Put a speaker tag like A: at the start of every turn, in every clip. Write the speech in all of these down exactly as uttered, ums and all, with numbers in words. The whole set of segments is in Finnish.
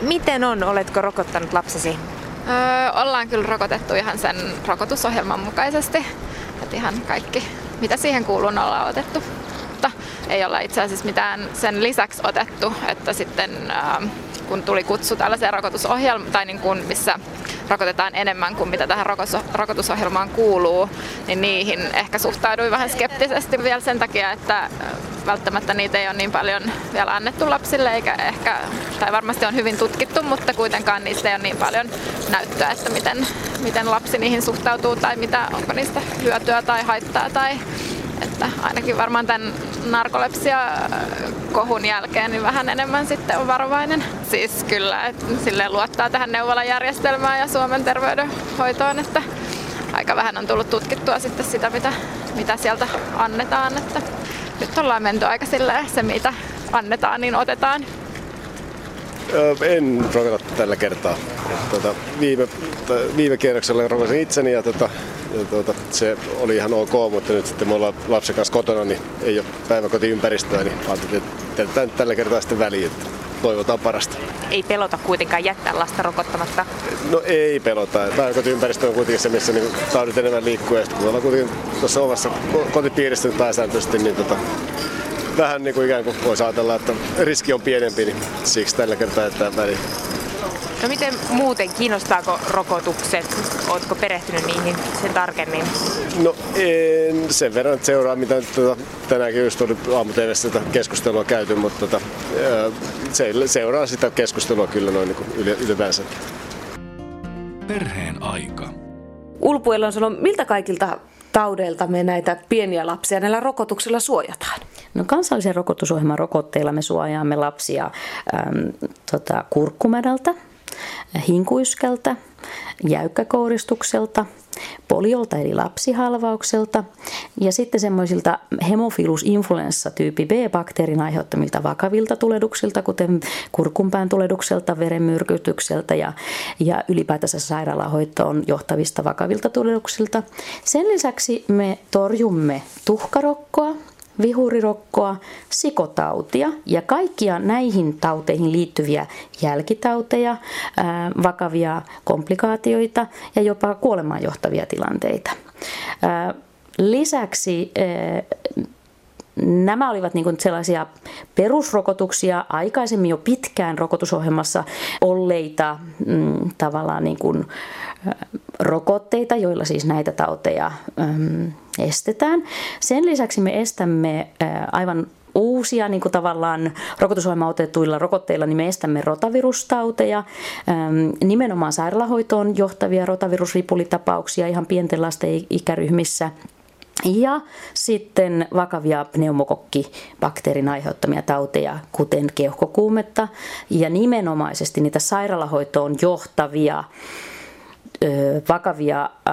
A: Miten on? Oletko rokottanut lapsesi?
B: Öö, ollaan kyllä rokotettu ihan sen rokotusohjelman mukaisesti. Et ihan kaikki, mitä siihen kuuluu, ollaan otettu. Mutta ei olla itse asiassa mitään sen lisäksi otettu, että sitten öö, kun tuli kutsu tällaiseen rokotusohjelmaan, tai niin kuin missä rokotetaan enemmän kuin mitä tähän rokotusohjelmaan kuuluu, niin niihin ehkä suhtauduin vähän skeptisesti vielä sen takia, että välttämättä niitä ei ole niin paljon vielä annettu lapsille, eikä ehkä, tai varmasti on hyvin tutkittu, mutta kuitenkaan niistä ei ole niin paljon näyttöä, että miten, miten lapsi niihin suhtautuu tai mitä, onko niistä hyötyä tai haittaa. Tai, että ainakin varmaan tämän narkolepsia-kohun jälkeen niin vähän enemmän sitten on varovainen. Siis kyllä, että silleen luottaa tähän neuvolajärjestelmään ja Suomen terveydenhoitoon, että aika vähän on tullut tutkittua sitten sitä, mitä, mitä sieltä annetaan. Että nyt ollaan menty aika silleen, se mitä annetaan, niin otetaan.
C: En rokota tällä kertaa. Tuota, viime, viime kierroksella rokotin itseni ja, tuota, ja tuota, se oli ihan ok, mutta nyt sitten me ollaan lapsen kanssa kotona, niin ei ole päiväkotiympäristöä, niin ajattelin, että jätetään tällä kertaa sitten väliin, että toivotaan parasta.
A: Ei pelota kuitenkaan jättää lasta rokottamatta?
C: No ei pelota. Päiväkotiympäristö on kuitenkin se, missä niin taudit enemmän liikkuu. Ja sitten kun ollaan kuitenkin tuossa omassa kotipiirissä pääsääntöisesti, niin tota, vähän niin kuin ikään kuin voisi ajatella, että riski on pienempi, niin siksi tällä kertaa jättää väliin.
A: No miten muuten, kiinnostaako rokotukset? Oletko perehtynyt niihin sen tarkemmin?
C: No en sen verran seuraa, mitä tuota, tänäänkin just oli aamu-tv:ssä tätä keskustelua käyty, mutta tota, se, seuraa sitä keskustelua kyllä noin niin ylipäänsä.
D: Perheen aika.
E: Ulpuilla on sanonut, miltä kaikilta taudeilta me näitä pieniä lapsia näillä rokotuksilla suojataan?
F: No kansallisen rokotusohjelman rokotteilla me suojaamme lapsia äm, tota, kurkkumädältä, hinkuiskältä, jäykkäkouristukselta, poliolta eli lapsihalvaukselta ja sitten semmoisilta Haemophilus influenza-tyyppi B-bakteerin aiheuttamilta vakavilta tulehduksilta, kuten kurkunpään tulehdukselta, verenmyrkytykseltä ja, ja ylipäätänsä sairaalahoitoon johtavista vakavilta tulehduksilta. Sen lisäksi me torjumme tuhkarokkoa, vihurirokkoa, sikotautia ja kaikkia näihin tauteihin liittyviä jälkitauteja, ää, vakavia komplikaatioita ja jopa kuolemaan johtavia tilanteita. Ää, lisäksi ää, nämä olivat niin kuin sellaisia perusrokotuksia, aikaisemmin jo pitkään rokotusohjelmassa olleita mm, tavallaan niin kuin, ä, rokotteita, joilla siis näitä tauteja äm, estetään. Sen lisäksi me estämme ä, aivan uusia niin kuin tavallaan rokotusohjelmaan otetuilla rokotteilla, niin me estämme rotavirustauteja, äm, nimenomaan sairaalahoitoon johtavia rotavirusripulitapauksia ihan pienten lasten ikäryhmissä. Ja sitten vakavia pneumokokkibakteerin aiheuttamia tauteja, kuten keuhkokuumetta ja nimenomaisesti niitä sairaalahoitoon johtavia ö, vakavia ö,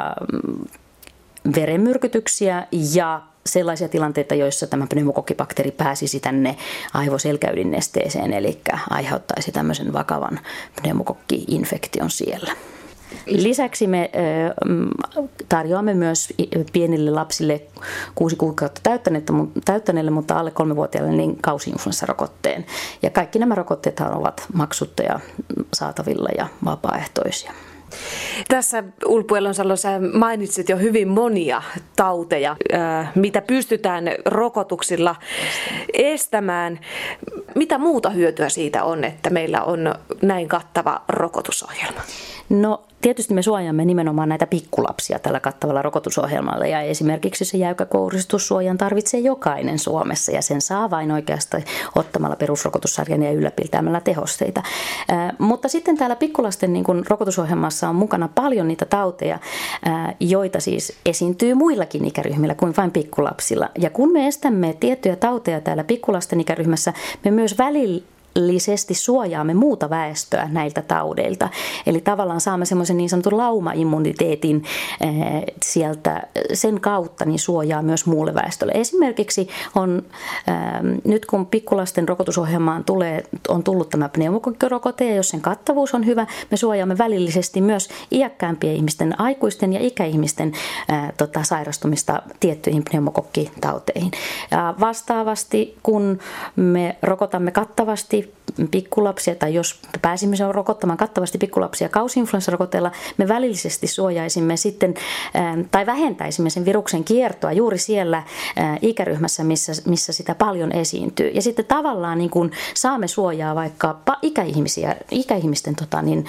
F: verenmyrkytyksiä ja sellaisia tilanteita, joissa tämä pneumokokkibakteeri pääsisi tänne aivoselkäydinnesteeseen, eli aiheuttaisi tämmöisen vakavan pneumokokki-infektion siellä. Lisäksi me tarjoamme myös pienille lapsille kuusi kuukautta täyttäneille, mutta alle kolmevuotiaille niin kausi-influenssarokotteen. Ja kaikki nämä rokotteet ovat maksuttuja saatavilla ja vapaaehtoisia.
E: Tässä Ulpuelonsalo, sä mainitsit jo hyvin monia tauteja, mitä pystytään rokotuksilla estämään. Mitä muuta hyötyä siitä on, että meillä on näin kattava rokotusohjelma?
F: No tietysti me suojaamme nimenomaan näitä pikkulapsia tällä kattavalla rokotusohjelmalla ja esimerkiksi se jäykkäkouristussuojan tarvitsee jokainen Suomessa ja sen saa vain oikeastaan ottamalla perusrokotussarjan ja ylläpitämällä tehosteita. Ää, mutta sitten täällä pikkulasten niin kun rokotusohjelmassa on mukana paljon niitä tauteja, ää, joita siis esiintyy muillakin ikäryhmillä kuin vain pikkulapsilla. Ja kun me estämme tiettyjä tauteja täällä pikkulasten ikäryhmässä, me myös välillä Lisesti suojaamme muuta väestöä näiltä taudeilta. Eli tavallaan saamme semmoisen niin sanotun laumaimmuniteetin sieltä sen kautta niin suojaa myös muulle väestölle. Esimerkiksi on nyt kun pikkulasten rokotusohjelmaan tulee, on tullut tämä pneumokokkirokote ja jos sen kattavuus on hyvä, me suojaamme välillisesti myös iäkkäämpien ihmisten, aikuisten ja ikäihmisten ää, tota, sairastumista tiettyihin pneumokokkitauteihin. Ja vastaavasti kun me rokotamme kattavasti pikkulapsia, tai jos pääsimme rokottamaan kattavasti pikkulapsia kausi-influenssarokotteella, me välillisesti suojaisimme sitten, tai vähentäisimme sen viruksen kiertoa juuri siellä ikäryhmässä, missä, missä sitä paljon esiintyy. Ja sitten tavallaan niin kuin saamme suojaa vaikka ikäihmisiä, ikäihmisten tota, niin,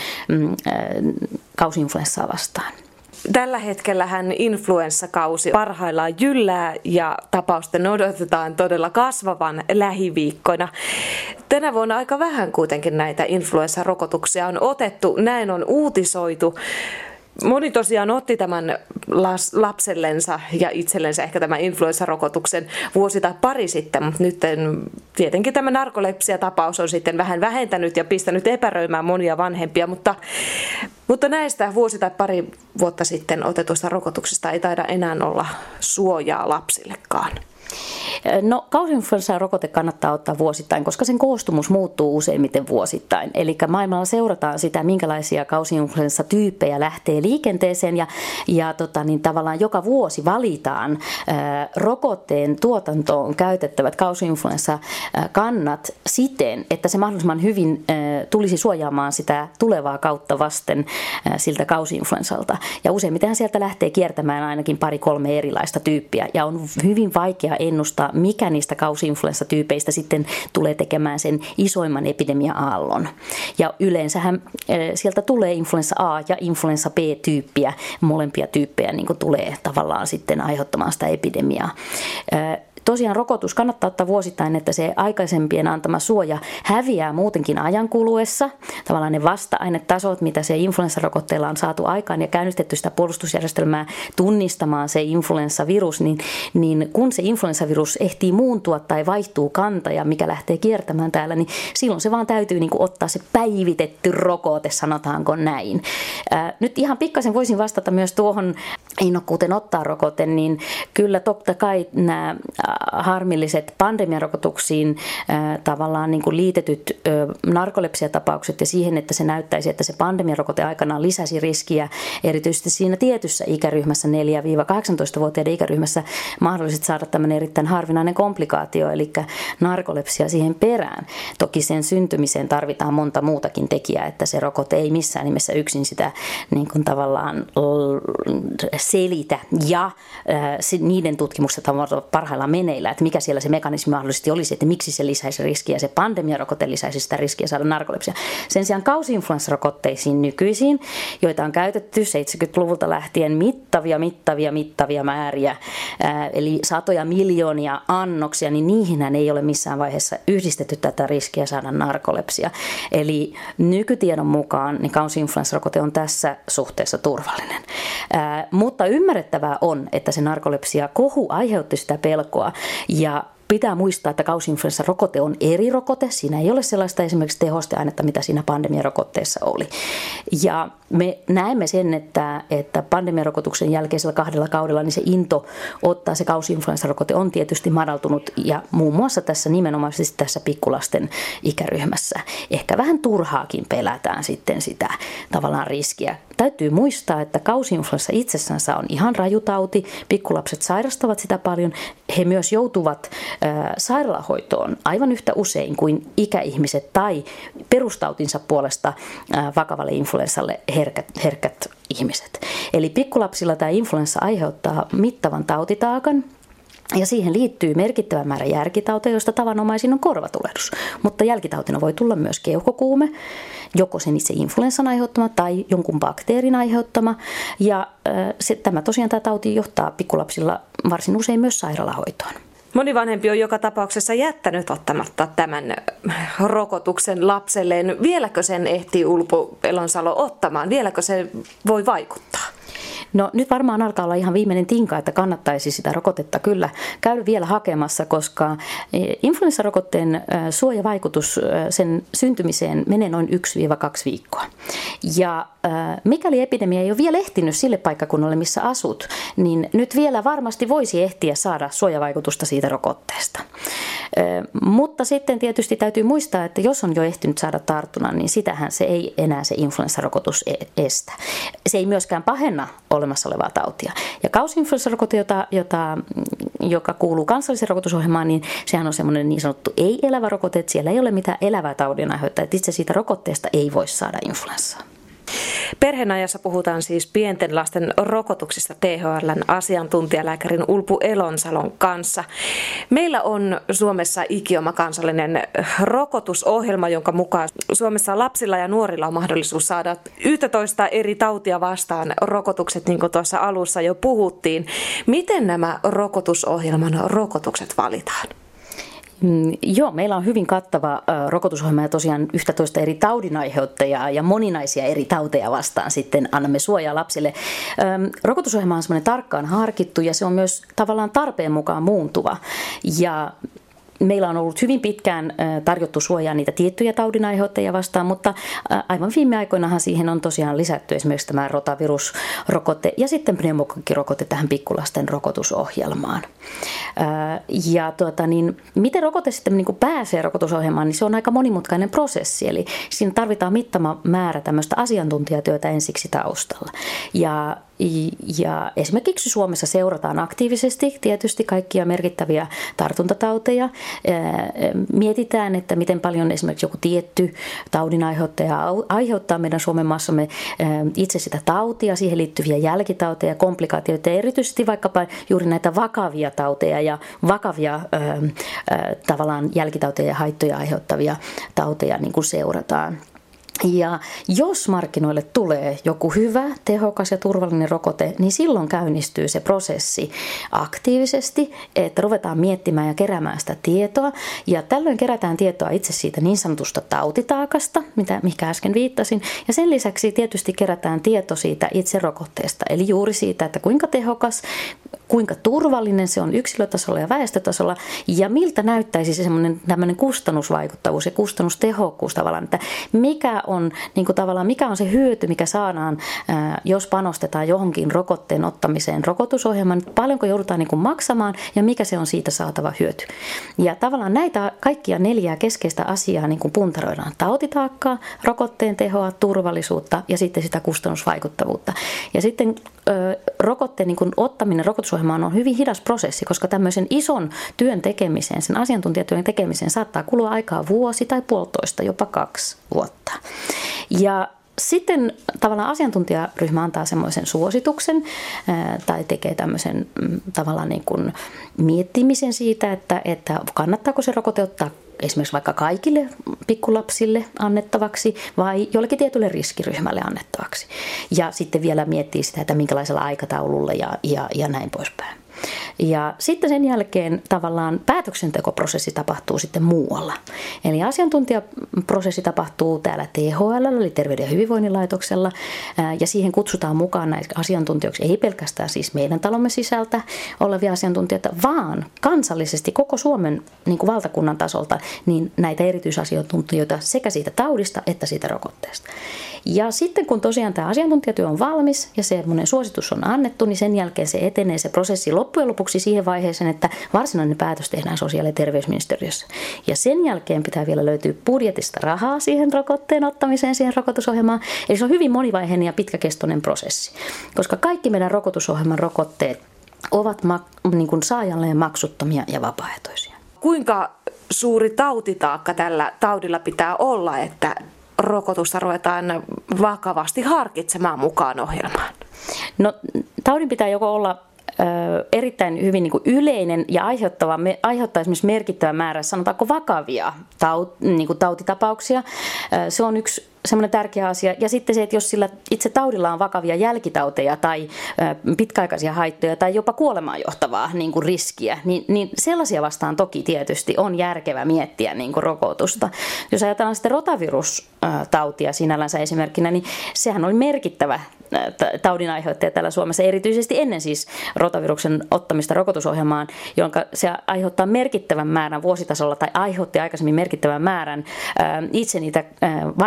F: kausi-influenssaa vastaan.
E: Tällä hetkellähän influenssakausi parhaillaan jyllää ja tapausten odotetaan todella kasvavan lähiviikkoina. Tänä vuonna aika vähän kuitenkin näitä influenssarokotuksia on otettu, näin on uutisoitu. Moni tosiaan otti tämän lapsellensa ja itsellensä ehkä tämän influenssarokotuksen vuosi tai pari sitten, mutta nyt tietenkin tämä narkolepsia-tapaus on sitten vähän vähentänyt ja pistänyt epäröimään monia vanhempia, mutta, mutta näistä vuosi tai pari vuotta sitten otetuista rokotuksista ei taida enää olla suojaa lapsillekaan.
F: No, kausi-influenssarokote kannattaa ottaa vuosittain, koska sen koostumus muuttuu useimmiten vuosittain. Eli maailmalla seurataan sitä, minkälaisia kausi-influenssatyyppejä lähtee liikenteeseen ja, ja tota, niin tavallaan joka vuosi valitaan ää, rokotteen tuotantoon käytettävät kausi-influenssakannat siten, että se mahdollisimman hyvin ää, tulisi suojaamaan sitä tulevaa kautta vasten ää, siltä kausi-influenssalta. Ja useimmiten sieltä lähtee kiertämään ainakin pari-kolme erilaista tyyppiä ja on hyvin vaikea ennustaa, mikä niistä kausi-influenssatyypeistä sitten tulee tekemään sen isoimman epidemia-aallon. Ja yleensähän sieltä tulee influenssa A ja influenssa B-tyyppiä, molempia tyyppejä niin kuin tulee tavallaan sitten aiheuttamaan sitä epidemiaa. Tosiaan rokotus kannattaa ottaa vuosittain, että se aikaisempien antama suoja häviää muutenkin ajan kuluessa. Tavallaan ne vasta-ainetasot, mitä se influenssarokotteella on saatu aikaan ja käynnistetty sitä puolustusjärjestelmää tunnistamaan se influenssavirus, niin, niin kun se influenssavirus ehtii muuntua tai vaihtuu kantaja, mikä lähtee kiertämään täällä, niin silloin se vaan täytyy niin kuin ottaa se päivitetty rokote, sanotaanko näin. Ää, nyt ihan pikkasen voisin vastata myös tuohon innokkuuteen ottaa rokote, niin kyllä totta kai nämä harmilliset pandemiarokotuksiin äh, tavallaan niin kuin liitetyt äh, narkolepsiatapaukset ja siihen, että se näyttäisi, että se pandemiarokote aikanaan lisäsi riskiä, erityisesti siinä tietyssä ikäryhmässä neljä kahdeksantoista-vuotiaiden ikäryhmässä mahdollisesti saada tämmöinen erittäin harvinainen komplikaatio, eli narkolepsia siihen perään. Toki sen syntymiseen tarvitaan monta muutakin tekijää, että se rokote ei missään nimessä yksin sitä niin kuin tavallaan selitä ja äh, niiden tutkimukset ovat parhaillaan meneillä, että mikä siellä se mekanismi mahdollisesti olisi, että miksi se lisäisi riskiä, se pandemiarokote lisäisi sitä riskiä saada narkolepsia. Sen sijaan kausi-influenssarokotteisiin nykyisiin, joita on käytetty seitsemänkymmentäluvulta lähtien mittavia, mittavia, mittavia määriä, ää, eli satoja miljoonia annoksia, niin niihinhän ei ole missään vaiheessa yhdistetty tätä riskiä saada narkolepsia. Eli nykytiedon mukaan niin kausi-influenssarokote on tässä suhteessa turvallinen. Ää, mutta ymmärrettävää on, että se narkolepsia kohu aiheutti sitä pelkoa ja pitää muistaa, että kausi-influenssarokote on eri rokote. Siinä ei ole sellaista esimerkiksi tehosteainetta, mitä siinä pandemiarokotteessa oli. Ja me näemme sen, että, että pandemiarokotuksen jälkeisellä kahdella kaudella niin se into ottaa se kausi-influenssarokote on tietysti madaltunut ja muun muassa tässä nimenomaisesti tässä pikkulasten ikäryhmässä. Ehkä vähän turhaakin pelätään sitten sitä tavallaan riskiä. Täytyy muistaa, että kausi-influenssa itsessänsä on ihan rajutauti. Pikkulapset sairastavat sitä paljon. He myös joutuvat ä, sairaalahoitoon aivan yhtä usein kuin ikäihmiset tai perustautinsa puolesta ä, vakavalle influenssalle herkät, herkät ihmiset. Eli pikkulapsilla tämä influenssa aiheuttaa mittavan tautitaakan. Ja siihen liittyy merkittävä määrä järkitauteja, joista tavanomaisin on korvatulehdus. Mutta jälkitautina voi tulla myös keuhkokuume, joko sen itse influenssan aiheuttama tai jonkun bakteerin aiheuttama. Ja äh, se, tämä tosiaan tämä tauti johtaa pikkulapsilla varsin usein myös sairaalahoitoon.
E: Moni vanhempi on joka tapauksessa jättänyt ottamatta tämän rokotuksen lapselleen. Vieläkö sen ehtii Ulpo Elonsalo ottamaan? Vieläkö se voi vaikuttaa?
F: No nyt varmaan alkaa olla ihan viimeinen tinka, että kannattaisi sitä rokotetta kyllä käydä vielä hakemassa, koska influenssarokotteen suojavaikutus sen syntymiseen menee noin yksi kaksi viikkoa. Ja mikäli epidemia ei ole vielä ehtinyt sille paikkakunnalle, missä asut, niin nyt vielä varmasti voisi ehtiä saada suojavaikutusta siitä rokotteesta. Mutta sitten tietysti täytyy muistaa, että jos on jo ehtinyt saada tartunnan, niin sitähän se ei enää se influenssarokotus estä. Se ei myöskään pahenna olemassa olevaa tautia. Ja kausi-influenssarokote, jota, jota, joka kuuluu kansalliseen rokotusohjelmaan, niin sehän on semmoinen niin sanottu ei-elävä rokote, että siellä ei ole mitään elävää taudin aiheuttaa, että itse siitä rokotteesta ei voi saada influenssaa.
E: Perheenajassa puhutaan siis pienten lasten rokotuksista T H L:n asiantuntijalääkärin Ulpu Elonsalon kanssa. Meillä on Suomessa ikioma kansallinen rokotusohjelma, jonka mukaan Suomessa lapsilla ja nuorilla on mahdollisuus saada yksitoista eri tautia vastaan rokotukset, niin kuin tuossa alussa jo puhuttiin. Miten nämä rokotusohjelman rokotukset valitaan?
F: Mm, joo, meillä on hyvin kattava ö, rokotusohjelma ja tosiaan yksitoista eri taudinaiheuttajaa ja moninaisia eri tauteja vastaan sitten annamme suojaa lapsille. Ö, rokotusohjelma on semmoinen tarkkaan harkittu ja se on myös tavallaan tarpeen mukaan muuntuva ja meillä on ollut hyvin pitkään tarjottu suojaa niitä tiettyjä taudinaiheuttajia vastaan, mutta aivan viime aikoinahan siihen on tosiaan lisätty esimerkiksi tämä rotavirusrokote ja sitten pneumokokkirokote tähän pikkulasten rokotusohjelmaan. Ja tuota, niin, miten rokote sitten niin kuin pääsee rokotusohjelmaan, niin se on aika monimutkainen prosessi, eli siinä tarvitaan mittava määrä tämmöistä asiantuntijatyötä ensiksi taustalla. Ja Ja esimerkiksi Suomessa seurataan aktiivisesti tietysti kaikkia merkittäviä tartuntatauteja. Mietitään, että miten paljon esimerkiksi joku tietty taudinaiheuttaja aiheuttaa meidän Suomen maassamme itse sitä tautia, siihen liittyviä jälkitauteja, komplikaatioita, erityisesti vaikkapa juuri näitä vakavia tauteja ja vakavia tavallaan jälkitauteja ja haittoja aiheuttavia tauteja niin kuin seurataan. Ja jos markkinoille tulee joku hyvä, tehokas ja turvallinen rokote, niin silloin käynnistyy se prosessi aktiivisesti, että ruvetaan miettimään ja keräämään sitä tietoa. Ja tällöin kerätään tietoa itse siitä niin sanotusta tautitaakasta, mitä, mikä äsken viittasin. Ja sen lisäksi tietysti kerätään tieto siitä itse rokotteesta, eli juuri siitä, että kuinka tehokas, kuinka turvallinen se on yksilötasolla ja väestötasolla ja miltä näyttäisi se semmoinen tämmöinen kustannusvaikuttavuus ja kustannustehokkuus tavallaan, että mikä on, niin kuin tavallaan, mikä on se hyöty, mikä saadaan, ää, jos panostetaan johonkin rokotteen ottamiseen rokotusohjelmaan, paljonko joudutaan niin kuin maksamaan ja mikä se on siitä saatava hyöty. Ja tavallaan näitä kaikkia neljää keskeistä asiaa niin kuin puntaroidaan: tautitaakkaa, rokotteen tehoa, turvallisuutta ja sitten sitä kustannusvaikuttavuutta. Ja sitten ö, rokotteen niin kuin ottaminen rokotusohjelmaan on hyvin hidas prosessi, koska tämmöisen ison työn tekemiseen, sen asiantuntijatyön tekemiseen saattaa kulua aikaa vuosi tai puolitoista, jopa kaksi vuotta. Ja sitten tavallaan asiantuntijaryhmä antaa semmoisen suosituksen ää, tai tekee tämmöisen mm, tavallaan niin kuin miettimisen siitä, että, että kannattaako se rokote ottaa esimerkiksi vaikka kaikille pikkulapsille annettavaksi vai jollekin tietylle riskiryhmälle annettavaksi. Ja sitten vielä miettii sitä, että minkälaisella aikataululla ja, ja, ja näin poispäin. Ja sitten sen jälkeen tavallaan päätöksentekoprosessi tapahtuu sitten muualla. Eli asiantuntijaprosessi tapahtuu täällä T H L, eli Terveyden ja hyvinvoinnin laitoksella, ja siihen kutsutaan mukaan näitä asiantuntijoiksi ei pelkästään siis meidän talomme sisältä olevia asiantuntijoita, vaan kansallisesti koko Suomen niin kuin valtakunnan tasolta niin näitä erityisasiantuntijoita sekä siitä taudista että siitä rokotteesta. Ja sitten kun tosiaan tämä asiantuntijatyö on valmis ja semmoinen suositus on annettu, niin sen jälkeen se etenee se prosessi loppujen lopuksi siihen vaiheeseen, että varsinainen päätös tehdään sosiaali- ja terveysministeriössä. Ja sen jälkeen pitää vielä löytyä budjetista rahaa siihen rokotteen ottamiseen, siihen rokotusohjelmaan. Eli se on hyvin monivaiheinen ja pitkäkestoinen prosessi, koska kaikki meidän rokotusohjelman rokotteet ovat mak- niin kuin saajalleen maksuttomia ja vapaaehtoisia.
E: Kuinka suuri tautitaakka tällä taudilla pitää olla, että rokotusta ruvetaan vakavasti harkitsemaan mukaan ohjelmaan?
F: No, taudin pitää joko olla ö, erittäin hyvin niin kuin yleinen ja aiheuttava, aiheuttaa esimerkiksi merkittävä määrä, sanotaanko vakavia taut, niin kuin tautitapauksia. Ö, se on yksi semmoinen tärkeä asia. Ja sitten se, että jos sillä itse taudilla on vakavia jälkitauteja tai ö, pitkäaikaisia haittoja tai jopa kuolemaan johtavaa niin kuin riskiä, niin, niin sellaisia vastaan toki tietysti on järkevä miettiä niin kuin rokotusta. Jos ajatellaan sitten rotavirustautia sinällänsä esimerkkinä, niin sehän oli merkittävä taudin aiheuttaja täällä Suomessa, erityisesti ennen siis rotaviruksen ottamista rokotusohjelmaan, jonka se aiheuttaa merkittävän määrän vuositasolla tai aiheutti aikaisemmin merkittävän määrän itse niitä varsinaisia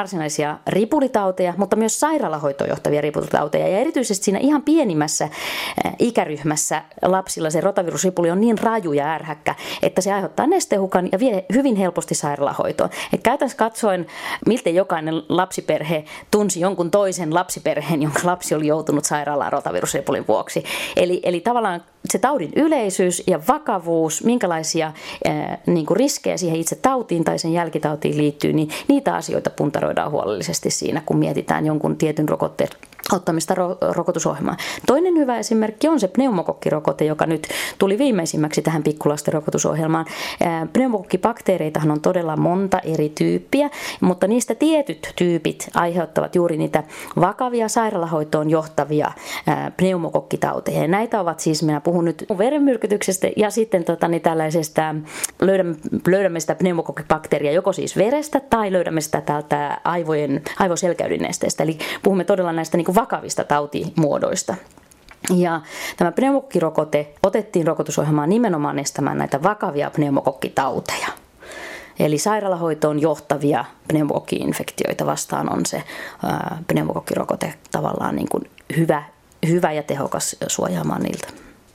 F: tällaisia ripulitauteja, mutta myös sairaalahoitoon johtavia ripulitauteja. Ja erityisesti siinä ihan pienimmässä ikäryhmässä lapsilla se rotavirusripuli on niin raju ja ärhäkkä, että se aiheuttaa nestehukan ja vie hyvin helposti sairaalahoitoon. Et käytännössä katsoen, miltei jokainen lapsiperhe tunsi jonkun toisen lapsiperheen, jonka lapsi oli joutunut sairaalaan rotavirusripulin vuoksi. Eli, eli tavallaan se taudin yleisyys ja vakavuus, minkälaisia ää, niin kuin riskejä siihen itse tautiin tai sen jälkitautiin liittyy, niin niitä asioita puntaroidaan huolellisesti siinä, kun mietitään jonkun tietyn rokotteen ottamista ro- rokotusohjelmaan. Toinen hyvä esimerkki on se pneumokokkirokote, joka nyt tuli viimeisimmäksi tähän pikkulasten rokotusohjelmaan. Ää, pneumokokkibakteereitahan on todella monta eri tyyppiä, mutta niistä tietyt tyypit aiheuttavat juuri niitä vakavia sairaalahoitoon johtavia ää, pneumokokkitauteja. Ja näitä ovat siis, minä puhun nyt verenmyrkytyksestä ja sitten tota, niin tällaisesta, löydämme, löydämme sitä pneumokokkibakteeria joko siis verestä tai löydämme sitä täältä aivojen, aivoselkäydinesteestä. Eli puhumme todella näistä niin kuin vakavista tautimuodoista. Ja tämä pneumokokkirokote otettiin rokotusohjelmaan nimenomaan estämään näitä vakavia pneumokokkitauteja. Eli sairaalahoitoon johtavia pneumokokki-infektioita vastaan on se ää, pneumokokkirokote tavallaan niin kuin hyvä, hyvä ja tehokas suojaamaan niiltä.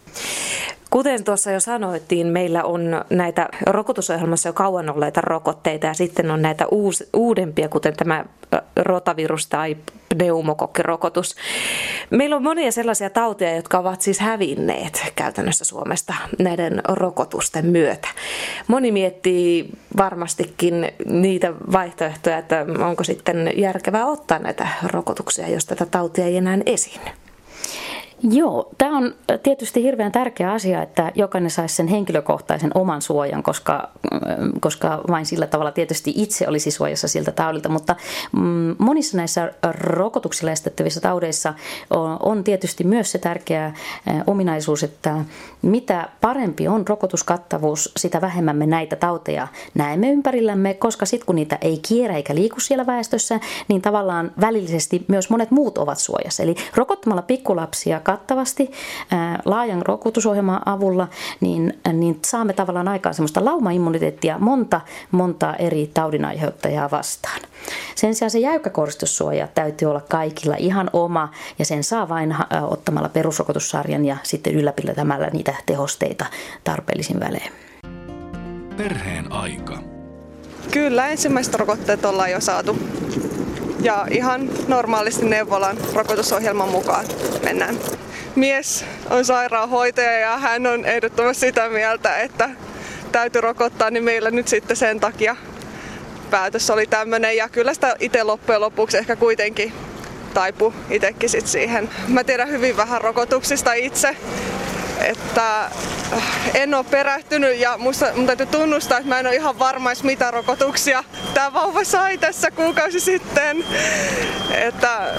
E: Kuten tuossa jo sanoittiin, meillä on näitä rokotusohjelmassa jo kauan olleita rokotteita ja sitten on näitä uus, uudempia, kuten tämä rotavirus tai pneumokokkirokotus. Meillä on monia sellaisia tauteja, jotka ovat siis hävinneet käytännössä Suomesta näiden rokotusten myötä. Moni miettii varmastikin niitä vaihtoehtoja, että onko sitten järkevää ottaa näitä rokotuksia, jos tätä tautia ei enää esiinny.
F: Joo, tämä on tietysti hirveän tärkeä asia, että jokainen saisi sen henkilökohtaisen oman suojan, koska, koska vain sillä tavalla tietysti itse olisi suojassa siltä taudilta, mutta monissa näissä rokotuksilla estettävissä taudeissa on tietysti myös se tärkeä ominaisuus, että mitä parempi on rokotuskattavuus, sitä vähemmän me näitä tauteja näemme ympärillämme, koska sitten kun niitä ei kierrä eikä liiku siellä väestössä, niin tavallaan välillisesti myös monet muut ovat suojassa. Eli rokottamalla pikkulapsia kattavasti ää, laajan rokotusohjelman avulla, niin, niin saamme tavallaan aikaan semmoista laumaimmuniteettia monta, monta eri taudinaiheuttajaa vastaan. Sen sijaan se jäykkä koristussuoja täytyy olla kaikilla ihan oma ja sen saa vain ää, ottamalla perusrokotussarjan ja sitten ylläpitämällä niitä tehosteita tarpeellisin välein.
D: Perheen aika.
G: Kyllä, ensimmäiset rokotteet ollaan jo saatu. Ja ihan normaalisti neuvolan rokotusohjelman mukaan mennään. Mies on sairaanhoitaja ja hän on ehdottomasti sitä mieltä, että täytyy rokottaa, niin meillä nyt sitten sen takia päätös oli tämmöinen. Ja kyllä sitä itse loppujen lopuksi ehkä kuitenkin taipui itsekin sit siihen. Mä tiedän hyvin vähän rokotuksista itse, että en ole perehtynyt ja musta, mun täytyy tunnustaa, että mä en ole ihan varma, mitä rokotuksia tää vauva sai tässä kuukausi sitten. Että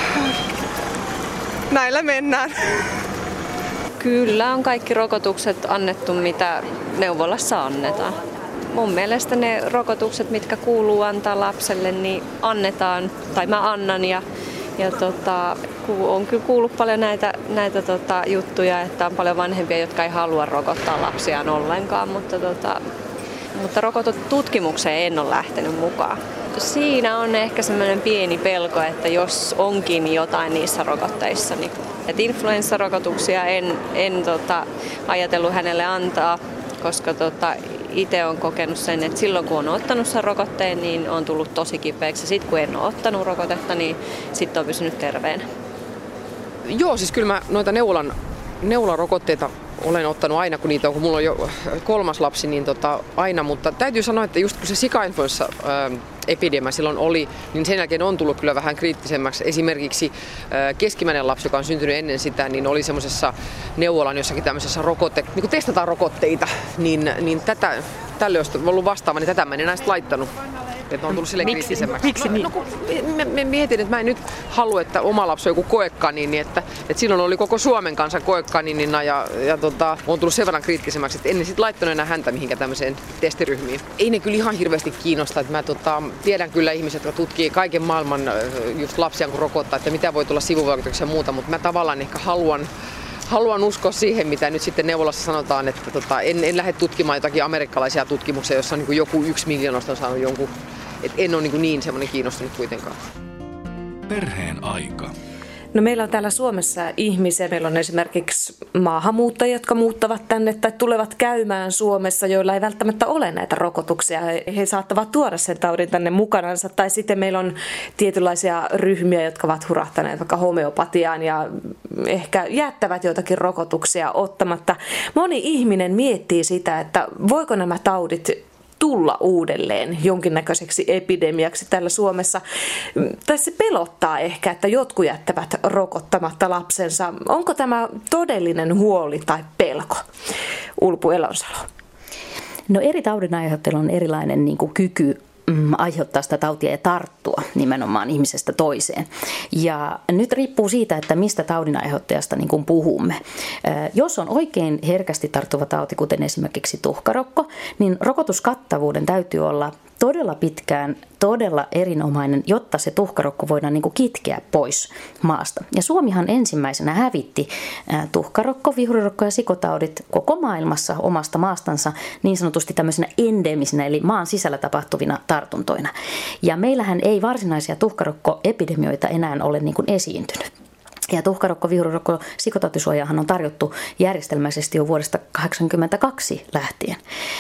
G: näillä mennään.
H: Kyllä on kaikki rokotukset annettu, mitä neuvolassa annetaan. Mun mielestä ne rokotukset, mitkä kuuluu antaa lapselle, niin annetaan, tai mä annan. Ja, ja tota, on kyllä kuullut paljon näitä, näitä tota, juttuja, että on paljon vanhempia, jotka ei halua rokottaa lapsiaan ollenkaan, mutta, tota, mutta rokotututkimukseen en ole lähtenyt mukaan. Siinä on ehkä semmoinen pieni pelko, että jos onkin jotain niissä rokotteissa, niin että influenssarokotuksia en, en tota, ajatellut hänelle antaa, koska tota, itse olen kokenut sen, että silloin kun on ottanut sen rokotteen, niin on tullut tosi kipeäksi. Ja sitten kun en ole ottanut rokotetta, niin sitten on pysynyt terveenä.
I: Joo, siis kyllä mä noita neuvolan, neuvolan rokotteita olen ottanut aina, kun niitä on, kun mulla on jo kolmas lapsi, niin tota, aina. Mutta täytyy sanoa, että just kun se sikainfluenssa epidemia silloin oli, niin sen jälkeen on tullut kyllä vähän kriittisemmäksi. Esimerkiksi keskimmäinen lapsi, joka on syntynyt ennen sitä, niin oli semmoisessa neuvolan jossakin tämmöisessä rokotte, niin kun testataan rokotteita, niin, niin tätä, tälle olisi ollut vastaava, niin tätä mä en enää sitten laittanut. Että on tullut silleen kriittisemmäksi.
E: Miksi niin?
I: No, no mä, mä mietin, että mä en nyt halua, että oma lapsi on joku koekanini, että, että silloin oli koko Suomen kanssa koekaninina ja, ja tota, on tullut sen verran kriittisemmäksi, että en sitten laittanut enää häntä mihinkään tämmöiseen testiryhmiin. Ei ne kyllä ihan hirveästi kiinnosta, että mä tota, tiedän kyllä ihmiset, jotka tutkii kaiken maailman just lapsia kun rokottaa, että mitä voi tulla sivuvaikutuksia ja muuta, mutta mä tavallaan ehkä haluan Haluan uskoa siihen, mitä nyt sitten neuvolassa sanotaan, että tota, en, en lähde tutkimaan jotakin amerikkalaisia tutkimuksia, jossa on niin kuin joku yksi miljoonasta on saanut jonkun et en ole niin, niin semmoinen kiinnostunut kuitenkaan.
D: Perheen aika.
E: No meillä on täällä Suomessa ihmisiä, meillä on esimerkiksi maahanmuuttajia, jotka muuttavat tänne tai tulevat käymään Suomessa, joilla ei välttämättä ole näitä rokotuksia. He saattavat tuoda sen taudin tänne mukanansa. Tai sitten meillä on tietynlaisia ryhmiä, jotka ovat hurahtaneet vaikka homeopatiaan ja ehkä jättävät joitakin rokotuksia ottamatta. Moni ihminen miettii sitä, että voiko nämä taudit tulla uudelleen jonkinnäköiseksi epidemiaksi täällä Suomessa. Tai se pelottaa ehkä, että jotkut jättävät rokottamatta lapsensa. Onko tämä todellinen huoli tai pelko? Ulpu Elonsalo.
F: No eri taudinaiheuttajilla on erilainen niin kuin kyky mm, aiheuttaa sitä tautia ja tarttua nimenomaan ihmisestä toiseen. Ja nyt riippuu siitä, että mistä taudinaiheuttajasta niin kuin puhumme. Jos on oikein herkästi tarttuva tauti, kuten esimerkiksi tuhkarokko, niin rokotuskattavuuden täytyy olla todella pitkään, todella erinomainen, jotta se tuhkarokko voidaan niin kuin kitkeä pois maasta. Ja Suomihan ensimmäisenä hävitti tuhkarokko, vihurirokko ja sikotaudit koko maailmassa omasta maastansa niin sanotusti tämmöisenä endemisinä, eli maan sisällä tapahtuvina tartuntoina. Ja meillähän ei varsinaisia tuhkarokkoepidemioita enää ole niin kuin esiintynyt. Ja tuhkarokko, vihurirokko, sikotautisuojaahan on tarjottu järjestelmäisesti jo vuodesta tuhatyhdeksänsataakahdeksankymmentäkaksi lähtien.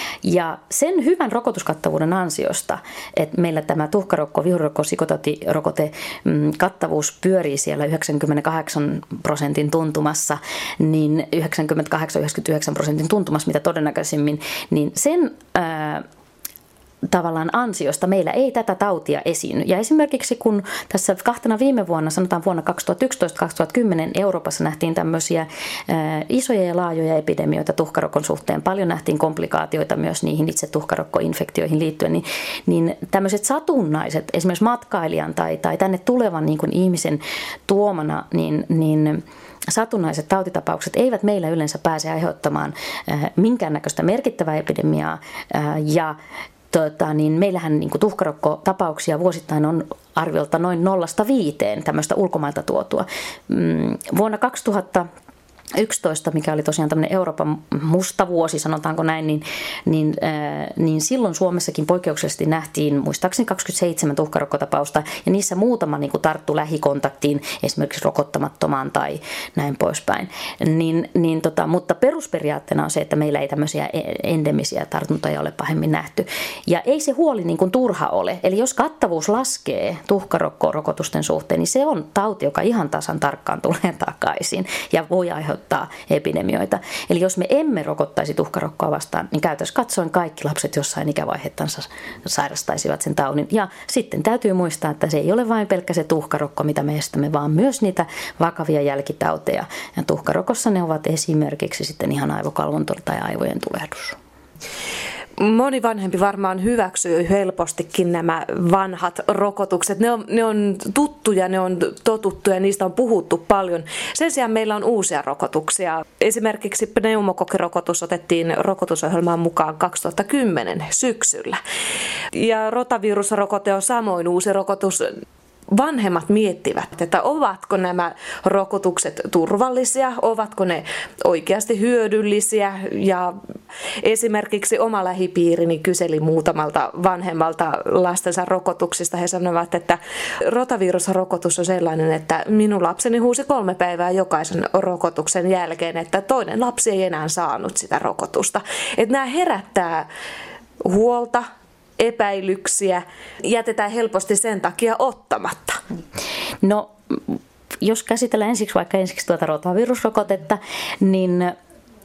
F: Ja sen hyvän rokotuskattavuuden ansiosta, että meillä tämä tuhkarokko, vihurirokko, sikotautirokote mm, kattavuus pyörii siellä yhdeksänkymmentäkahdeksan prosentin tuntumassa, niin yhdeksänkymmentäkahdeksan yhdeksänkymmentäyhdeksän prosentin tuntumassa, mitä todennäköisimmin, niin sen ää, tavallaan ansiosta meillä ei tätä tautia esiinny. Ja esimerkiksi kun tässä kahtena viime vuonna, sanotaan vuonna kaksituhattayksitoista kaksituhattakymmenen Euroopassa nähtiin tämmöisiä äh, isoja ja laajoja epidemioita tuhkarokon suhteen, paljon nähtiin komplikaatioita myös niihin itse tuhkarokkoinfektioihin liittyen, niin, niin tämmöiset satunnaiset, esimerkiksi matkailijan tai, tai tänne tulevan niin kuin ihmisen tuomana, niin, niin satunnaiset tautitapaukset eivät meillä yleensä pääse aiheuttamaan äh, minkäännäköistä merkittävää epidemiaa äh, ja Tota, niin meillähän niin kuin tuhkarokkotapauksia vuosittain on arviolta noin nollasta viiteen tämmöistä ulkomailta tuotua. Mm, vuonna kaksituhattayksitoista, mikä oli tosiaan tämmöinen Euroopan musta vuosi, sanotaanko näin, niin, niin, äh, niin silloin Suomessakin poikkeuksellisesti nähtiin muistaakseni kaksikymmentäseitsemän tuhkarokkotapausta, ja niissä muutama niin kuin tarttu lähikontaktiin, esimerkiksi rokottamattomaan tai näin poispäin. Niin, niin tota, mutta perusperiaatteena on se, että meillä ei tämmöisiä endemisiä tartuntoja ole pahemmin nähty. Ja ei se huoli niin kuin turha ole. Eli jos kattavuus laskee tuhkarokko-rokotusten suhteen, niin se on tauti, joka ihan tasan tarkkaan tulee takaisin ja voi aiheuttaa epidemioita. Eli jos me emme rokottaisi tuhkarokkoa vastaan, niin käytössä katsoen kaikki lapset jossain ikävaiheettansa sairastaisivat sen taudin. Ja sitten täytyy muistaa, että se ei ole vain pelkkä se tuhkarokko, mitä me estämme, vaan myös niitä vakavia jälkitauteja. Ja tuhkarokossa ne ovat esimerkiksi sitten ihan aivokalvon tai aivojen tulehdus.
E: Moni vanhempi varmaan hyväksyy helpostikin nämä vanhat rokotukset. Ne on, ne on tuttuja, ne on totuttuja, niistä on puhuttu paljon. Sen sijaan meillä on uusia rokotuksia. Esimerkiksi pneumokokkirokotus otettiin rokotusohjelmaan mukaan kaksituhattakymmenen syksyllä. Ja rotavirusrokote on samoin uusi rokotus. Vanhemmat miettivät, että ovatko nämä rokotukset turvallisia, ovatko ne oikeasti hyödyllisiä, ja esimerkiksi oma lähipiirini kyseli muutamalta vanhemmalta lastensa rokotuksista. He sanovat, että rotavirusrokotus on sellainen, että minun lapseni huusi kolme päivää jokaisen rokotuksen jälkeen, että toinen lapsi ei enää saanut sitä rokotusta. Että nämä herättää huolta, epäilyksiä, jätetään helposti sen takia ottamatta.
F: No, jos käsitellään ensiksi vaikka ensiksi tuota rotavirusrokotetta, niin ää,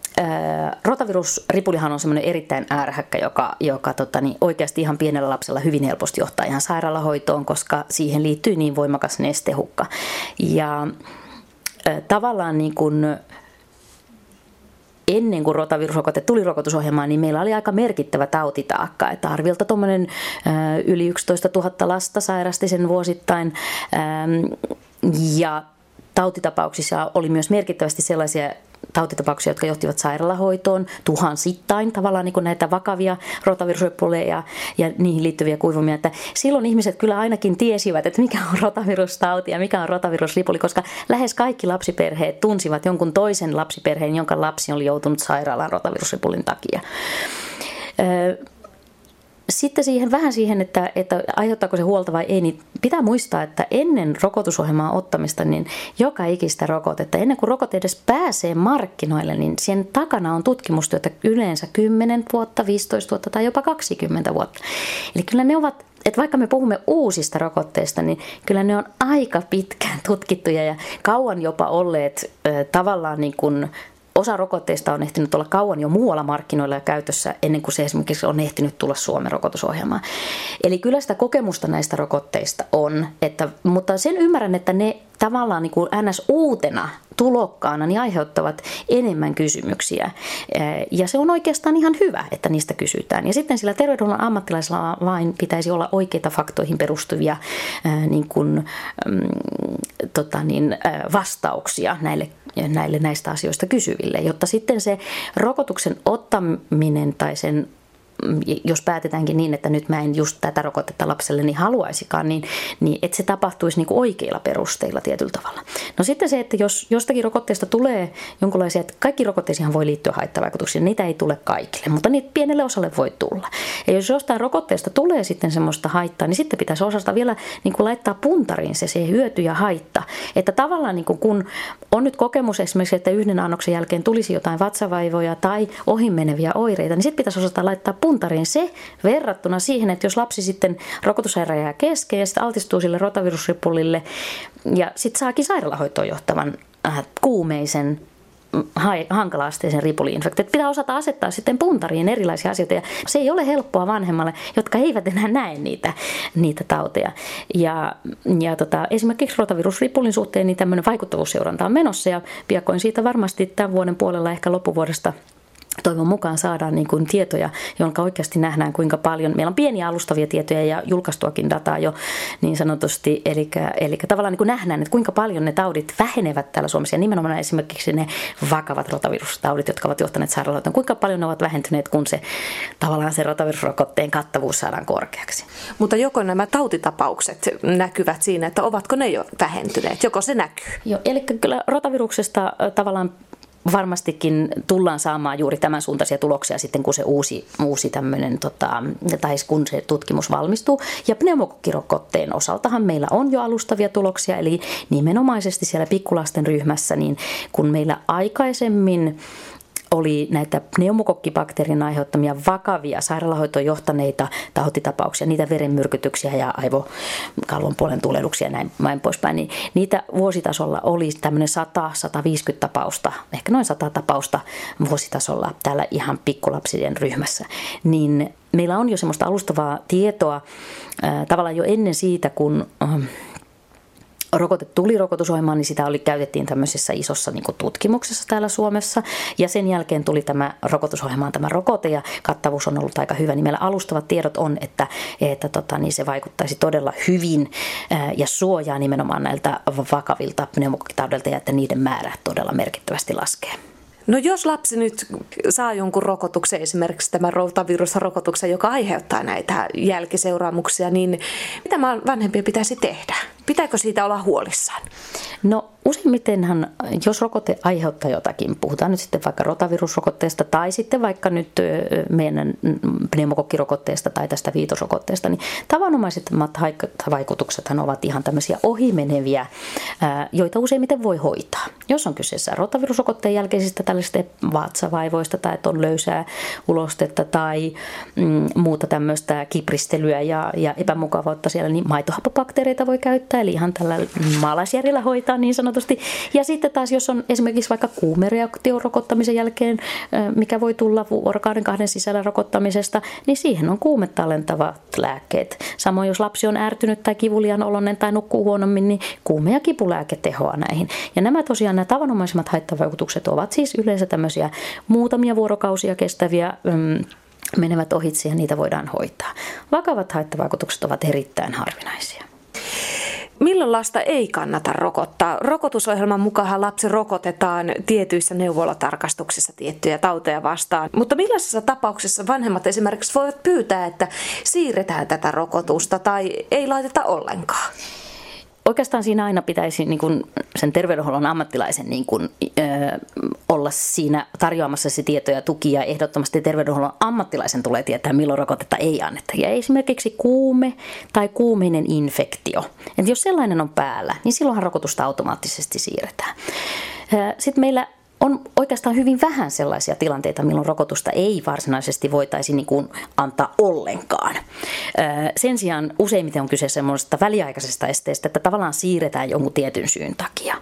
F: rotavirusripulihan on semmoinen erittäin äärähäkkä, joka, joka tota, niin oikeasti ihan pienellä lapsella hyvin helposti johtaa ihan sairaalahoitoon, koska siihen liittyy niin voimakas nestehukka. Ja ää, tavallaan niin kuin ennen kuin rotavirusrokote tuli rokotusohjelmaan, niin meillä oli aika merkittävä tautitaakka. Että arviolta tuommoinen yli yksitoista tuhatta lasta sairasti sen vuosittain. Ja tautitapauksissa oli myös merkittävästi sellaisia tautitapauksia, jotka johtivat sairaalahoitoon tuhansittain, tavallaan niin kuin näitä vakavia rotavirusripuleja ja, ja niihin liittyviä kuivumia. Että silloin ihmiset kyllä ainakin tiesivät, että mikä on rotavirustauti ja mikä on rotavirusripuli, koska lähes kaikki lapsiperheet tunsivat jonkun toisen lapsiperheen, jonka lapsi oli joutunut sairaalaan rotavirusripulin takia. sitten siihen, vähän siihen, että, että aiheuttaako se huolta vai ei, niin pitää muistaa, että ennen rokotusohjelmaa ottamista, niin joka ikistä rokotetta, ennen kuin rokote edes pääsee markkinoille, niin sen takana on tutkimustyötä yleensä kymmenen vuotta, viisitoista vuotta tai jopa kaksikymmentä vuotta. Eli kyllä ne ovat, että vaikka me puhumme uusista rokotteista, niin kyllä ne on aika pitkään tutkittuja ja kauan jopa olleet äh, tavallaan niin kuin osa rokotteista on ehtinyt olla kauan jo muualla markkinoilla ja käytössä ennen kuin se esimerkiksi on ehtinyt tulla Suomen rokotusohjelmaan. Eli kyllä sitä kokemusta näistä rokotteista on, että, mutta sen ymmärrän, että ne tavallaan niin kuin ns. Uutena tulokkaana niin aiheuttavat enemmän kysymyksiä. Ja se on oikeastaan ihan hyvä, että niistä kysytään. Ja sitten sillä terveydenhuollon ammattilaisilla vain pitäisi olla oikeita faktoihin perustuvia niin kuin, tota niin, vastauksia näille, näille näistä asioista kysyville, jotta sitten se rokotuksen ottaminen tai sen, jos päätetäänkin niin, että nyt mä en just tätä rokotetta lapselleni haluaisikaan, niin, niin että se tapahtuisi niin kuin oikeilla perusteilla tietyllä tavalla. No sitten se, että jos jostakin rokotteesta tulee jonkinlaisia, että kaikki rokotteisiin voi liittyä haittavaikutuksia, niitä ei tule kaikille, mutta niitä pienelle osalle voi tulla. Ja jos jostain rokotteesta tulee sitten semmoista haittaa, niin sitten pitäisi osasta vielä niin kuin laittaa puntariin se, se hyöty ja haitta. Että tavallaan niin kuin kun on nyt kokemus esimerkiksi, että yhden annoksen jälkeen tulisi jotain vatsavaivoja tai ohimeneviä oireita, niin sitten pitäisi osata laittaa puntariin se verrattuna siihen, että jos lapsi sitten rokotushäiriö jää kesken ja sitten altistuu sille rotavirusripullille ja sitten saakin sairaalahoitoon johtavan äh, kuumeisen hankala-asteisen ripuli-infektion. Pitää osata asettaa sitten puntariin erilaisia asioita ja se ei ole helppoa vanhemmalle, jotka eivät enää näe niitä, niitä tauteja. Ja, ja tota, esimerkiksi rotavirusripullin suhteen niin tämmöinen vaikuttavuusseuranta on menossa ja piakoin siitä varmasti tämän vuoden puolella ehkä loppuvuodesta toivon mukaan saadaan niin kuin tietoja, jonka oikeasti nähdään kuinka paljon. Meillä on pieniä alustavia tietoja ja julkaistuakin dataa jo niin sanotusti. Eli, eli tavallaan niin kuin nähdään, että kuinka paljon ne taudit vähenevät täällä Suomessa. Ja nimenomaan esimerkiksi ne vakavat rotavirustaudit, jotka ovat johtaneet sairaaloitaan. Kuinka paljon ne ovat vähentyneet, kun se tavallaan se rotavirusrokotteen kattavuus saadaan korkeaksi.
E: Mutta joko nämä tautitapaukset näkyvät siinä, että ovatko ne jo vähentyneet? Joko se näkyy?
F: Joo, eli kyllä rotaviruksesta tavallaan varmastikin tullaan saamaan juuri tämän suuntaisia tuloksia sitten, kun se uusi, uusi tämmöinen, tota, tai kun se tutkimus valmistuu. Ja pneumokokkirokotteen osaltahan meillä on jo alustavia tuloksia, eli nimenomaisesti siellä pikkulasten ryhmässä, niin kun meillä aikaisemmin oli näitä pneumokokkibakteerin aiheuttamia vakavia sairaalahoitoon johtaneita tautitapauksia, niitä verenmyrkytyksiä ja aivokalvon puolen tulehduksia ja näin, näin poispäin, niin niitä vuositasolla oli tämmöinen sata viisikymmentä tapausta, ehkä noin sata tapausta vuositasolla täällä ihan pikkulapsien ryhmässä, niin meillä on jo semmoista alustavaa tietoa äh, tavallaan jo ennen siitä, kun äh, rokote tuli rokotusohjelmaan, niin sitä oli, käytettiin tämmöisessä isossa niin kuin tutkimuksessa täällä Suomessa. Ja sen jälkeen tuli tämä rokotusohjelmaan tämä rokote ja kattavuus on ollut aika hyvä. Niin meillä alustavat tiedot on, että, että tota, niin se vaikuttaisi todella hyvin ää, ja suojaa nimenomaan näiltä vakavilta pneumokokkitaudeilta ja että niiden määrä todella merkittävästi laskee.
E: No jos lapsi nyt saa jonkun rokotuksen, esimerkiksi tämän rotavirusrokotuksen, joka aiheuttaa näitä jälkiseuraamuksia, niin mitä vanhempien pitäisi tehdä? Pitääkö siitä olla huolissaan?
F: No useimmitenhan, jos rokote aiheuttaa jotakin, puhutaan nyt sitten vaikka rotavirusrokotteesta tai sitten vaikka nyt meidän pneumokokkirokotteesta tai tästä viitosrokotteesta, niin tavanomaiset vaikutuksethan ovat ihan tämmöisiä ohimeneviä, joita useimmiten voi hoitaa. Jos on kyseessä rotavirusrokotteen jälkeisistä tällaisista vatsavaivoista tai että on löysää ulostetta tai mm, muuta tämmöistä kipristelyä ja, ja epämukavuutta siellä, niin maitohappobakteereita voi käyttää, eli ihan tällä maalaisjärjellä hoitaa niin sanotusti. Ja sitten taas, jos on esimerkiksi vaikka kuumereaktio rokottamisen jälkeen, mikä voi tulla vuorokauden kahden sisällä rokottamisesta, niin siihen on kuumetta alentavat lääkkeet. Samoin jos lapsi on ärtynyt tai kivuliaan oloinen tai nukkuu huonommin, niin kuume- ja kipulääke tehoaa näihin. Ja nämä tosiaan, nämä tavanomaisimmat haittavaikutukset ovat siis yleensä tämmöisiä muutamia vuorokausia kestäviä, mm, menevät ohitse ja niitä voidaan hoitaa. Vakavat haittavaikutukset ovat erittäin harvinaisia.
E: Milloin lasta ei kannata rokottaa? Rokotusohjelman mukaan lapsi rokotetaan tietyissä neuvolatarkastuksissa tiettyjä tauteja vastaan. Mutta millaisessa tapauksessa vanhemmat esimerkiksi voivat pyytää, että siirretään tätä rokotusta tai ei laiteta ollenkaan?
F: Oikeastaan siinä aina pitäisi niin kuin sen terveydenhuollon ammattilaisen niin kuin, ö, olla siinä tarjoamassa se tietoja ja tuki, ja ehdottomasti terveydenhuollon ammattilaisen tulee tietää, milloin rokotetta ei anneta. Ja esimerkiksi kuume tai kuumeinen infektio. Et jos sellainen on päällä, niin silloinhan rokotusta automaattisesti siirretään. Sitten meillä on oikeastaan hyvin vähän sellaisia tilanteita, milloin rokotusta ei varsinaisesti voitaisi niin kuin antaa ollenkaan. Sen sijaan useimmiten on kyse semmoisesta väliaikaisesta esteestä, että tavallaan siirretään jonkun tietyn syyn takia.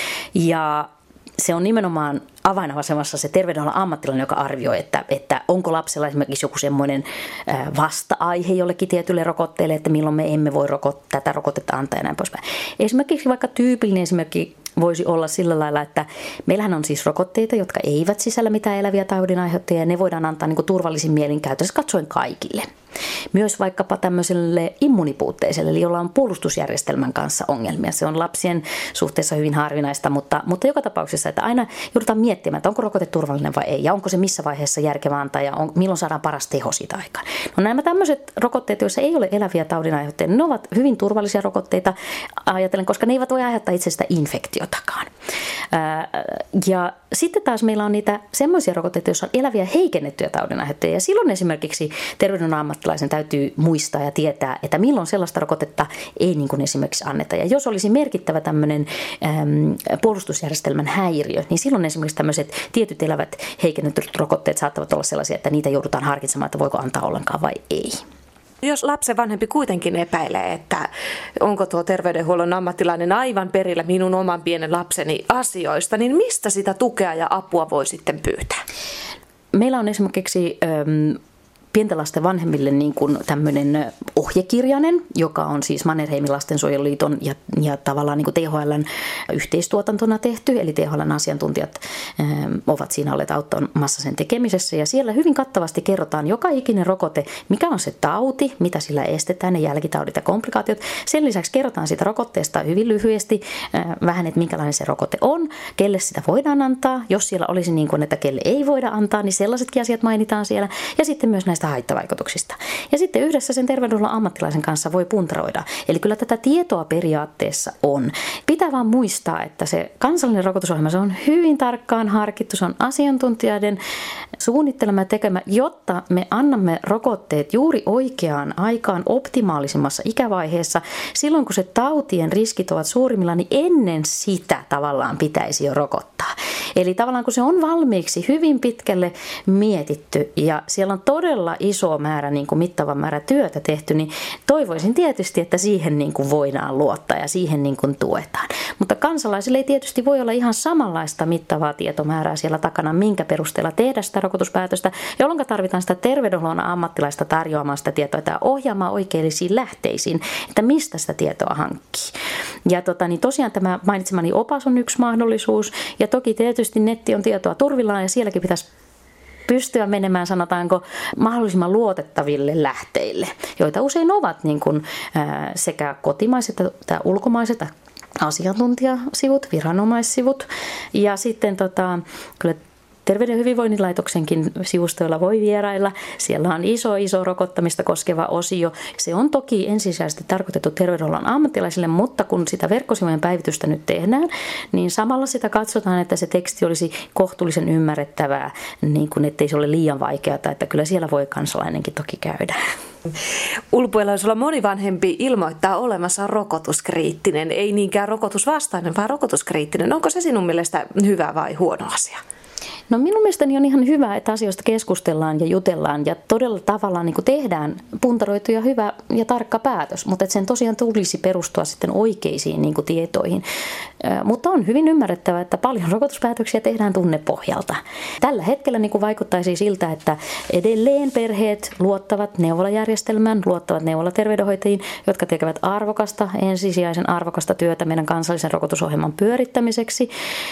F: Ja se on nimenomaan avainasemassa se terveydenhuollon ammattilainen, joka arvioi, että, että onko lapsella esimerkiksi joku semmoinen vasta-aihe jollekin tietylle rokotteelle, että milloin me emme voi rokot- tätä rokotetta antaa ja näin poispäin. Esimerkiksi vaikka tyypillinen esimerkki voisi olla sillä lailla, että meillähän on siis rokotteita, jotka eivät sisällä mitään eläviä taudinaiheuttajia, ja ne voidaan antaa niin kuin turvallisin mielin käytössä katsoen kaikille. Myös vaikkapa tämmöiselle immunipuutteiselle, eli jolla on puolustusjärjestelmän kanssa ongelmia. Se on lapsien suhteessa hyvin harvinaista, mutta, mutta joka tapauksessa, että aina joudutaan miettimään, että onko rokote turvallinen vai ei, ja onko se missä vaiheessa järkevää antaa, ja on, milloin saadaan paras teho siitä aikaan. No nämä tämmöiset rokotteet, joissa ei ole eläviä taudinaiheuttajia, ne ovat hyvin turvallisia rokotteita, ajatellen, koska ne eivät voi aiheuttaa itsestä infektiotakaan. Ää, ja sitten taas meillä on niitä semmoisia rokotteita, joissa on eläviä heikennettyjä taudinaiheuttajia, ja silloin esimerkiksi terveydenhuollon ammattilaisen täytyy muistaa ja tietää, että milloin sellaista rokotetta ei niin kuin esimerkiksi anneta. Ja jos olisi merkittävä tämmöinen äm, puolustusjärjestelmän häiriö, niin silloin esimerkiksi tämmöiset tietyt elävät heikennetyt rokotteet saattavat olla sellaisia, että niitä joudutaan harkitsemaan, että voiko antaa ollenkaan vai ei.
E: Jos lapsen vanhempi kuitenkin epäilee, että onko tuo terveydenhuollon ammattilainen aivan perillä minun oman pienen lapseni asioista, niin mistä sitä tukea ja apua voi sitten pyytää?
F: Meillä on esimerkiksi Ähm, pienten lasten vanhemmille niin kuin tämmöinen ohjekirjainen, joka on siis Mannerheimin lastensuojeluliiton ja, ja tavallaan niin kuin T H L:n yhteistuotantona tehty, eli T H L:n asiantuntijat äh, ovat siinä olleet auttamassa sen tekemisessä, ja siellä hyvin kattavasti kerrotaan joka ikinen rokote, mikä on se tauti, mitä sillä estetään, ne jälkitaudit ja komplikaatiot. Sen lisäksi kerrotaan siitä rokotteesta hyvin lyhyesti äh, vähän, että minkälainen se rokote on, kelle sitä voidaan antaa, jos siellä olisi niin kuin, että kelle ei voida antaa, niin sellaisetkin asiat mainitaan siellä, ja sitten myös näistä haittavaikutuksista. Ja sitten yhdessä sen terveydenhuollon ammattilaisen kanssa voi puntaroida. Eli kyllä tätä tietoa periaatteessa on. Pitää vaan muistaa, että se kansallinen rokotusohjelma, se on hyvin tarkkaan harkittu, se on asiantuntijoiden suunnittelema ja tekemä, jotta me annamme rokotteet juuri oikeaan aikaan optimaalisimmassa ikävaiheessa. Silloin kun se tautien riskit ovat suurimmillaan, niin ennen sitä tavallaan pitäisi jo rokottaa. Eli tavallaan kun se on valmiiksi hyvin pitkälle mietitty ja siellä on todella iso määrä, niin kuin mittava määrä työtä tehty, niin toivoisin tietysti, että siihen niin kuin voidaan luottaa ja siihen niin kuin tuetaan. Mutta kansalaisille ei tietysti voi olla ihan samanlaista mittavaa tietomäärää siellä takana, minkä perusteella tehdä sitä rokotuspäätöstä, jolloin tarvitaan sitä terveydenhuollon ammattilaista tarjoamaan sitä tietoa ja ohjaamaan oikeellisiin lähteisiin, että mistä sitä tietoa hankkii. Ja tota, niin tosiaan tämä mainitsemani opas on yksi mahdollisuus, ja toki tietysti netti on tietoa turvillaan, ja sielläkin pitäisi pystyä menemään, sanotaanko, mahdollisimman luotettaville lähteille, joita usein ovat niin kuin, ää, sekä kotimaiset että ulkomaiset asiantuntijasivut, viranomaissivut, ja sitten tota, kyllä Terveyden ja hyvinvoinnin laitoksenkin sivustoilla voi vierailla. Siellä on iso, iso rokottamista koskeva osio. Se on toki ensisijaisesti tarkoitettu terveydenhuollon ammattilaisille, mutta kun sitä verkkosivujen päivitystä nyt tehdään, niin samalla sitä katsotaan, että se teksti olisi kohtuullisen ymmärrettävää, niin kuin ettei se ole liian vaikeaa, että kyllä siellä voi kansalainenkin toki käydä.
E: Ulpuelaisuudella moni vanhempi ilmoittaa olemassa rokotuskriittinen, ei niinkään rokotusvastainen, vaan rokotuskriittinen. Onko se sinun mielestä hyvä vai huono asia?
F: No minun mielestäni on ihan hyvä, että asioista keskustellaan ja jutellaan ja todella tavallaan niin kuin tehdään puntaroitu ja hyvä ja tarkka päätös, mutta että sen tosiaan tulisi perustua sitten oikeisiin niin kuin tietoihin. Mutta on hyvin ymmärrettävää, että paljon rokotuspäätöksiä tehdään tunnepohjalta. Tällä hetkellä niin kuin vaikuttaisi siltä, että edelleen perheet luottavat neuvolajärjestelmään, luottavat neuvolaterveydenhoitajiin, jotka tekevät arvokasta, ensisijaisen arvokasta työtä meidän kansallisen rokotusohjelman pyörittämiseksi.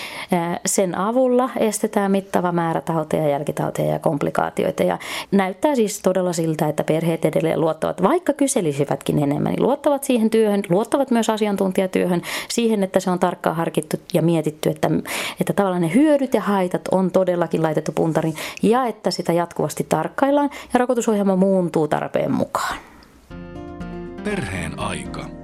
F: Sen avulla estetään mittava määrä tauteja, jälkitauteja ja komplikaatioita. Ja näyttää siis todella siltä, että perheet edelleen luottavat, vaikka kyselisivätkin enemmän, niin luottavat siihen työhön, luottavat myös asiantuntijatyöhön, siihen, että se on tarkkaan harkittu ja mietitty, että, että tavallaan ne hyödyt ja haitat on todellakin laitettu puntariin ja että sitä jatkuvasti tarkkaillaan ja rokotusohjelma muuntuu tarpeen mukaan.
D: Perheen aika.